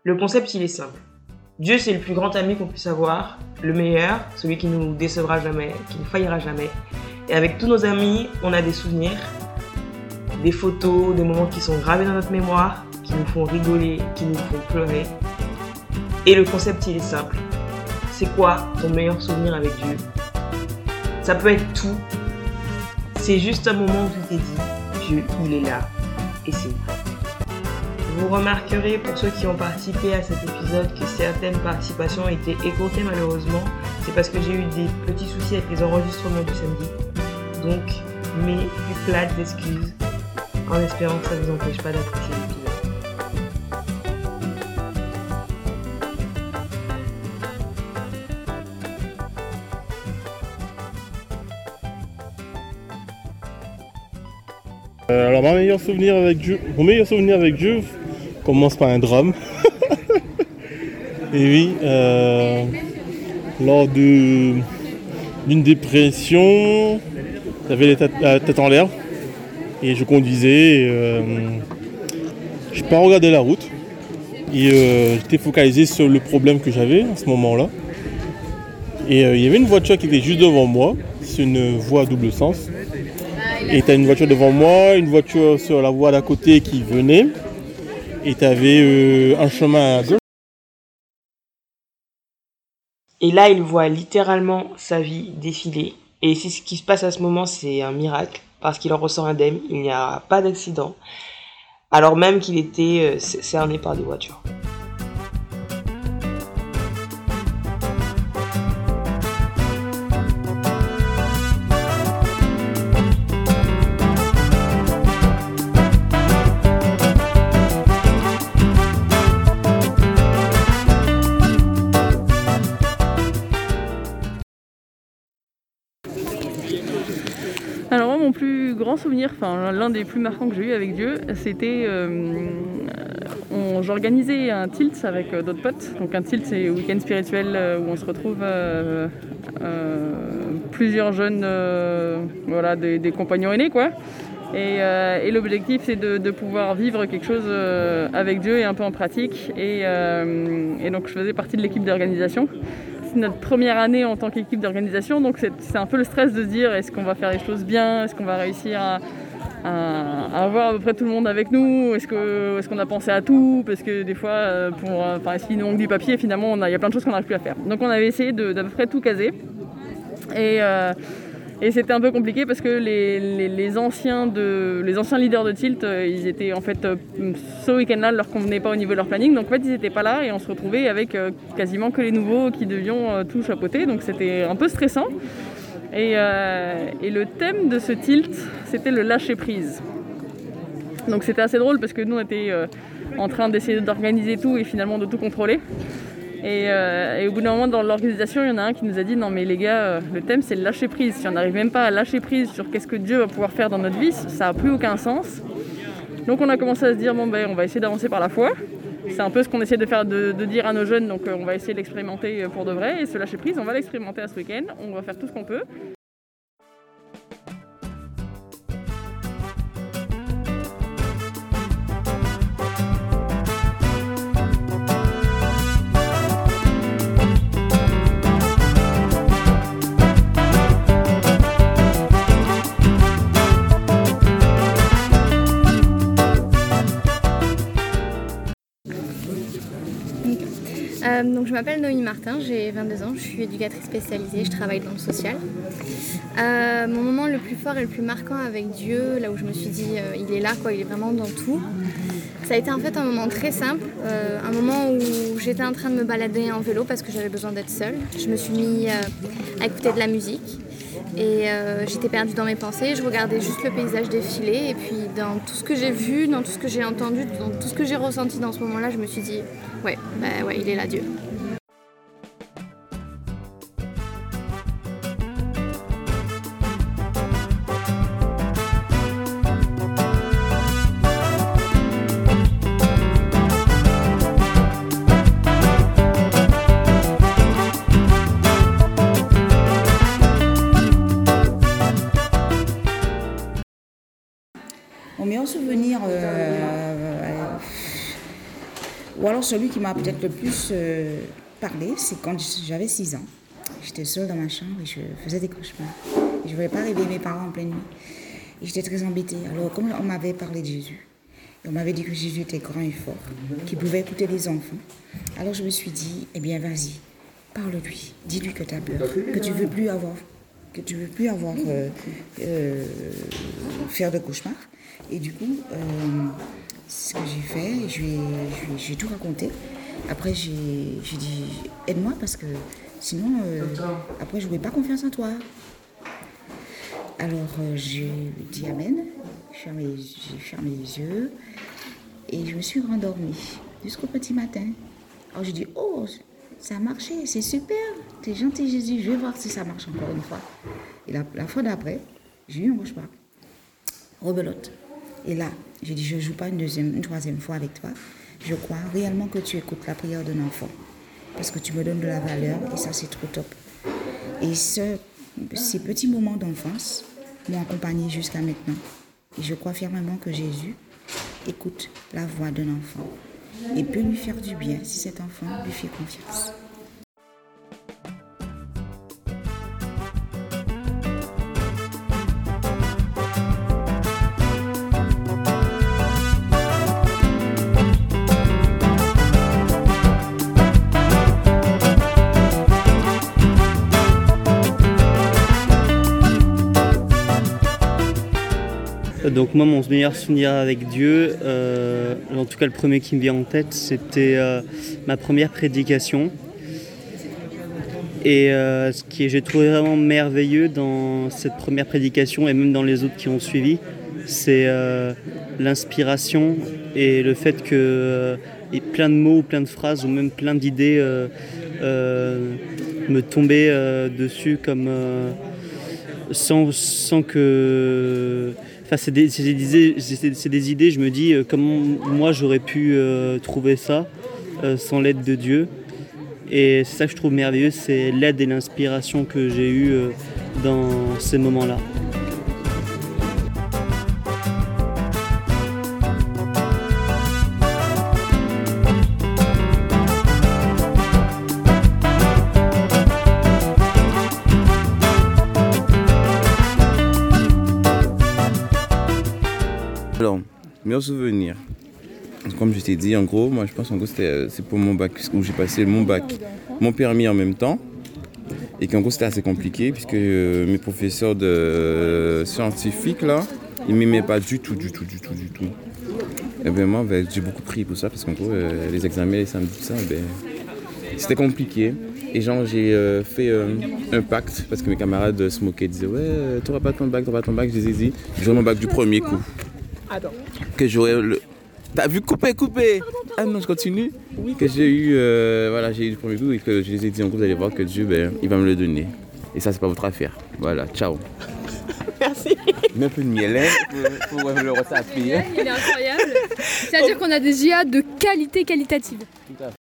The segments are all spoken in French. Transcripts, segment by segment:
Le concept, il est simple. Dieu, c'est le plus grand ami qu'on puisse avoir, le meilleur, celui qui nous décevra jamais, qui ne faillira jamais. Et avec tous nos amis, on a des souvenirs, des photos, des moments qui sont gravés dans notre mémoire, qui nous font rigoler, qui nous font pleurer. Et le concept, il est simple. C'est quoi ton meilleur souvenir avec Dieu? Ça peut être tout. C'est juste un moment où tu t'es dit, Dieu, il est là. Et c'est nous. Vous remarquerez, pour ceux qui ont participé à cet épisode, que certaines participations étaient écourtées malheureusement. C'est parce que j'ai eu des petits soucis avec les enregistrements du samedi. Donc, mes plus plates excuses, en espérant que ça ne vous empêche pas d'apprécier l'épisode. Alors mon meilleur souvenir avec Dieu commence par un drame. Et oui, lors d'une dépression, j'avais la tête en l'air et je conduisais. Je n'ai pas regardé la route et j'étais focalisé sur le problème que j'avais à ce moment-là. Et il y avait une voiture qui était juste devant moi, c'est une voie à double sens. Et tu as une voiture devant moi, une voiture sur la voie d'à côté qui venait. Et tu avais un chemin à gauche. Et là, il voit littéralement sa vie défiler. Et c'est ce qui se passe à ce moment, c'est un miracle. Parce qu'il en ressort indemne, il n'y a pas d'accident. Alors même qu'il était cerné par des voitures. Alors moi, mon plus grand souvenir, enfin l'un des plus marquants que j'ai eu avec Dieu, c'était j'organisais un tilt avec d'autres potes. Donc un tilt, c'est un week-end spirituel où on se retrouve plusieurs jeunes, des compagnons aînés quoi. Et l'objectif c'est de pouvoir vivre quelque chose avec Dieu et un peu en pratique. Et donc je faisais partie de l'équipe d'organisation. Notre première année en tant qu'équipe d'organisation, donc c'est un peu le stress de se dire est-ce qu'on va faire les choses bien, est-ce qu'on va réussir à avoir à peu près tout le monde avec nous, est-ce qu'on a pensé à tout, parce que des fois s'il nous manque du papier, finalement il y a plein de choses qu'on n'arrive plus à faire. Donc on avait essayé d'à peu près tout caser et c'était un peu compliqué parce que les anciens leaders de Tilt, ils étaient en fait ce week-end-là, ne leur convenait pas au niveau de leur planning, donc en fait ils n'étaient pas là et on se retrouvait avec quasiment que les nouveaux qui devions tout chapeauter, donc c'était un peu stressant. Et le thème de ce Tilt, c'était le lâcher prise. Donc c'était assez drôle parce que nous on était en train d'essayer d'organiser tout et finalement de tout contrôler. Et au bout d'un moment dans l'organisation, il y en a un qui nous a dit non mais les gars, le thème c'est le lâcher prise. Si on n'arrive même pas à lâcher prise sur qu'est-ce que Dieu va pouvoir faire dans notre vie, ça n'a plus aucun sens. Donc on a commencé à se dire on va essayer d'avancer par la foi. C'est un peu ce qu'on essaie de faire, de dire à nos jeunes, donc on va essayer de l'expérimenter pour de vrai. Et ce lâcher prise, on va l'expérimenter à ce week-end, on va faire tout ce qu'on peut. Donc je m'appelle Noémie Martin, j'ai 22 ans, je suis éducatrice spécialisée, je travaille dans le social. Mon moment le plus fort et le plus marquant avec Dieu, là où je me suis dit il est là, quoi, il est vraiment dans tout, ça a été en fait un moment très simple, un moment où j'étais en train de me balader en vélo parce que j'avais besoin d'être seule. Je me suis mis à écouter de la musique et j'étais perdue dans mes pensées, je regardais juste le paysage défiler et puis dans tout ce que j'ai vu, dans tout ce que j'ai entendu, dans tout ce que j'ai ressenti dans ce moment-là, je me suis dit ouais, il est là Dieu. Mon meilleur souvenir, Ou alors celui qui m'a peut-être le plus parlé, c'est quand j'avais 6 ans. J'étais seule dans ma chambre et je faisais des cauchemars. Et je ne voulais pas réveiller mes parents en pleine nuit. Et j'étais très embêtée. Alors, comme on m'avait parlé de Jésus, et on m'avait dit que Jésus était grand et fort, qu'il pouvait écouter les enfants, alors je me suis dit, eh bien, vas-y, parle-lui. Dis-lui que tu as peur, que tu ne veux plus avoir faire de cauchemars. Et du coup, c'est ce que j'ai fait. J'ai tout raconté. Après, j'ai dit, aide-moi parce que sinon, après, je n'aurais pas confiance en toi. Alors, j'ai dit Amen, j'ai fermé les yeux et je me suis rendormie jusqu'au petit matin. Alors, j'ai dit, oh, ça a marché, c'est super, t'es gentil Jésus, je vais voir si ça marche encore une fois. Et la fois d'après, j'ai eu un cauchemar, rebelote. Et là, j'ai dit, je ne joue pas une troisième fois avec toi. Je crois réellement que tu écoutes la prière d'un enfant parce que tu me donnes de la valeur et ça, c'est trop top. Et ces petits moments d'enfance m'ont accompagnée jusqu'à maintenant. Et je crois fermement que Jésus écoute la voix d'un enfant et peut lui faire du bien si cet enfant lui fait confiance. Donc moi, mon meilleur souvenir avec Dieu, en tout cas le premier qui me vient en tête, c'était ma première prédication. Et ce que j'ai trouvé vraiment merveilleux dans cette première prédication et même dans les autres qui ont suivi, c'est l'inspiration et le fait que plein de mots, plein de phrases ou même plein d'idées me tombaient dessus comme sans que... Enfin, c'est des idées, je me dis, comment moi j'aurais pu trouver ça sans l'aide de Dieu. Et c'est ça que je trouve merveilleux, c'est l'aide et l'inspiration que j'ai eue dans ces moments-là. Alors, meilleur souvenir. Comme je t'ai dit, en gros, moi je pense en gros c'est pour mon bac, où j'ai passé mon bac, mon permis en même temps. Et qu'en gros c'était assez compliqué puisque mes professeurs de scientifiques là, ils ne m'aimaient pas du tout. Et bien moi j'ai beaucoup pris pour ça parce qu'en gros les examens, les samedis, tout ça, c'était compliqué. Et genre j'ai fait un pacte parce que mes camarades se moquaient, disaient ouais, t'auras pas ton bac. Je les ai dit, j'aurai mon bac du premier coup. Attends. Que j'aurais le... T'as vu couper. Ah non, je continue. Oui, que j'ai eu j'ai eu le premier coup et que je les ai dit en gros, vous allez voir que Dieu, il va me le donner. Et ça, c'est pas votre affaire. Voilà, ciao. Merci. Mets un peu de miel pour le retaper. Il est incroyable. C'est-à-dire qu'on a des IA de qualité qualitative. Tout à fait.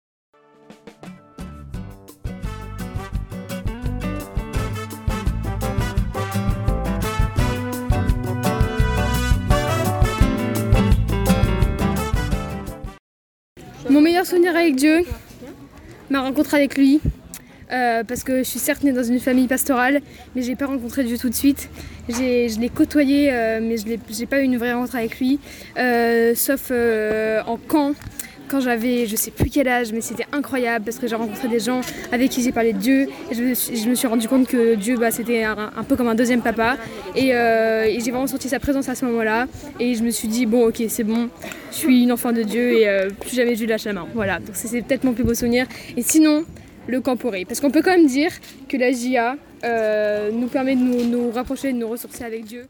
Mon meilleur souvenir avec Dieu, ma rencontre avec lui, parce que je suis certes née dans une famille pastorale, mais j'ai pas rencontré Dieu tout de suite. Je l'ai côtoyé, mais j'ai pas eu une vraie rencontre avec lui, sauf en camp, quand j'avais je sais plus quel âge, mais c'était incroyable parce que j'ai rencontré des gens avec qui j'ai parlé de Dieu et je me suis rendu compte que Dieu c'était un peu comme un deuxième papa et j'ai vraiment senti sa présence à ce moment-là et je me suis dit bon ok c'est bon, je suis une enfant de Dieu et plus jamais je lui lâche la main. Voilà, donc c'est peut-être mon plus beau souvenir. Et sinon le camp Poré, parce qu'on peut quand même dire que la JA nous permet de nous rapprocher, de nous ressourcer avec Dieu.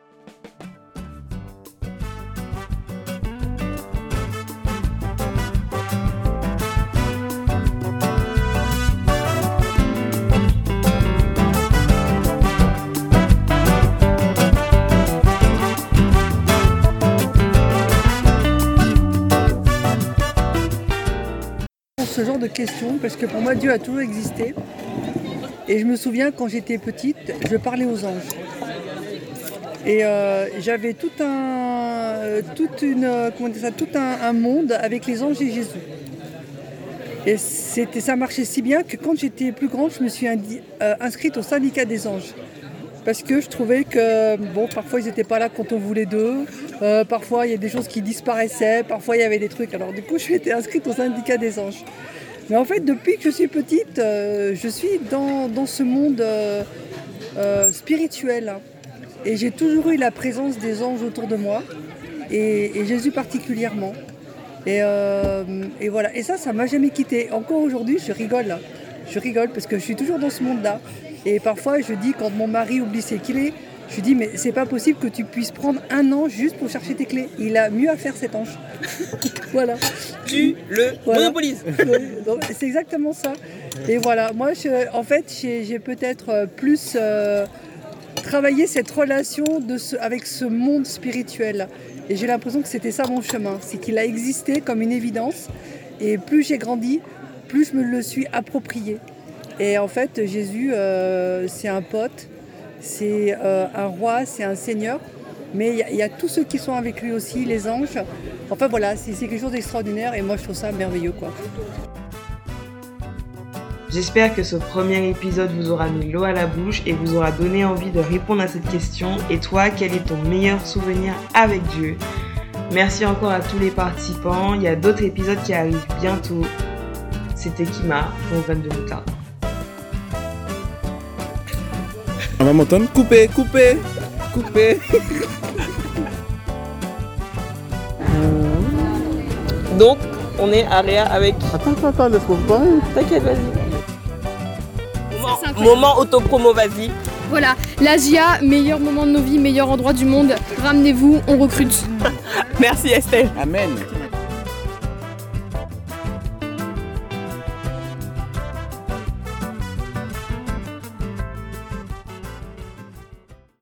Ce genre de questions parce que pour moi Dieu a toujours existé et je me souviens quand j'étais petite je parlais aux anges et j'avais tout un un monde avec les anges et Jésus. Et ça marchait si bien que quand j'étais plus grande, je me suis inscrite au syndicat des anges. Parce que je trouvais que, parfois ils n'étaient pas là quand on voulait d'eux, parfois il y a des choses qui disparaissaient, parfois il y avait des trucs. Alors du coup, je m'étais inscrite au syndicat des anges. Mais en fait, depuis que je suis petite, je suis dans ce monde spirituel. Et j'ai toujours eu la présence des anges autour de moi, et Jésus particulièrement. Et voilà. Et ça m'a jamais quitté. Encore aujourd'hui, je rigole. Je rigole parce que je suis toujours dans ce monde-là. Et parfois, je dis, quand mon mari oublie ses clés, je lui dis, mais c'est pas possible que tu puisses prendre un an juste pour chercher tes clés. Il a mieux à faire, cet ange. Voilà. Tu le monopolises. Donc, c'est exactement ça. Et voilà. Moi, j'ai peut-être plus travaillé cette relation avec ce monde spirituel. Et j'ai l'impression que c'était ça mon chemin. C'est qu'il a existé comme une évidence. Et plus j'ai grandi, plus je me le suis approprié. Et en fait, Jésus, c'est un pote, c'est un roi, c'est un seigneur. Mais il y a tous ceux qui sont avec lui aussi, les anges. Enfin voilà, c'est quelque chose d'extraordinaire et moi je trouve ça merveilleux, quoi. J'espère que ce premier épisode vous aura mis l'eau à la bouche et vous aura donné envie de répondre à cette question. Et toi, quel est ton meilleur souvenir avec Dieu ? Merci encore à tous les participants. Il y a d'autres épisodes qui arrivent bientôt. C'était Kima pour Graines de Moutarde. On va m'entendre couper. Donc, on est à Réa avec... Attends, laisse-moi parler. T'inquiète, vas-y. Moment autopromo, vas-y. Voilà, l'Asia, meilleur moment de nos vies, meilleur endroit du monde. Ramenez-vous, on recrute. Merci Estelle. Amen.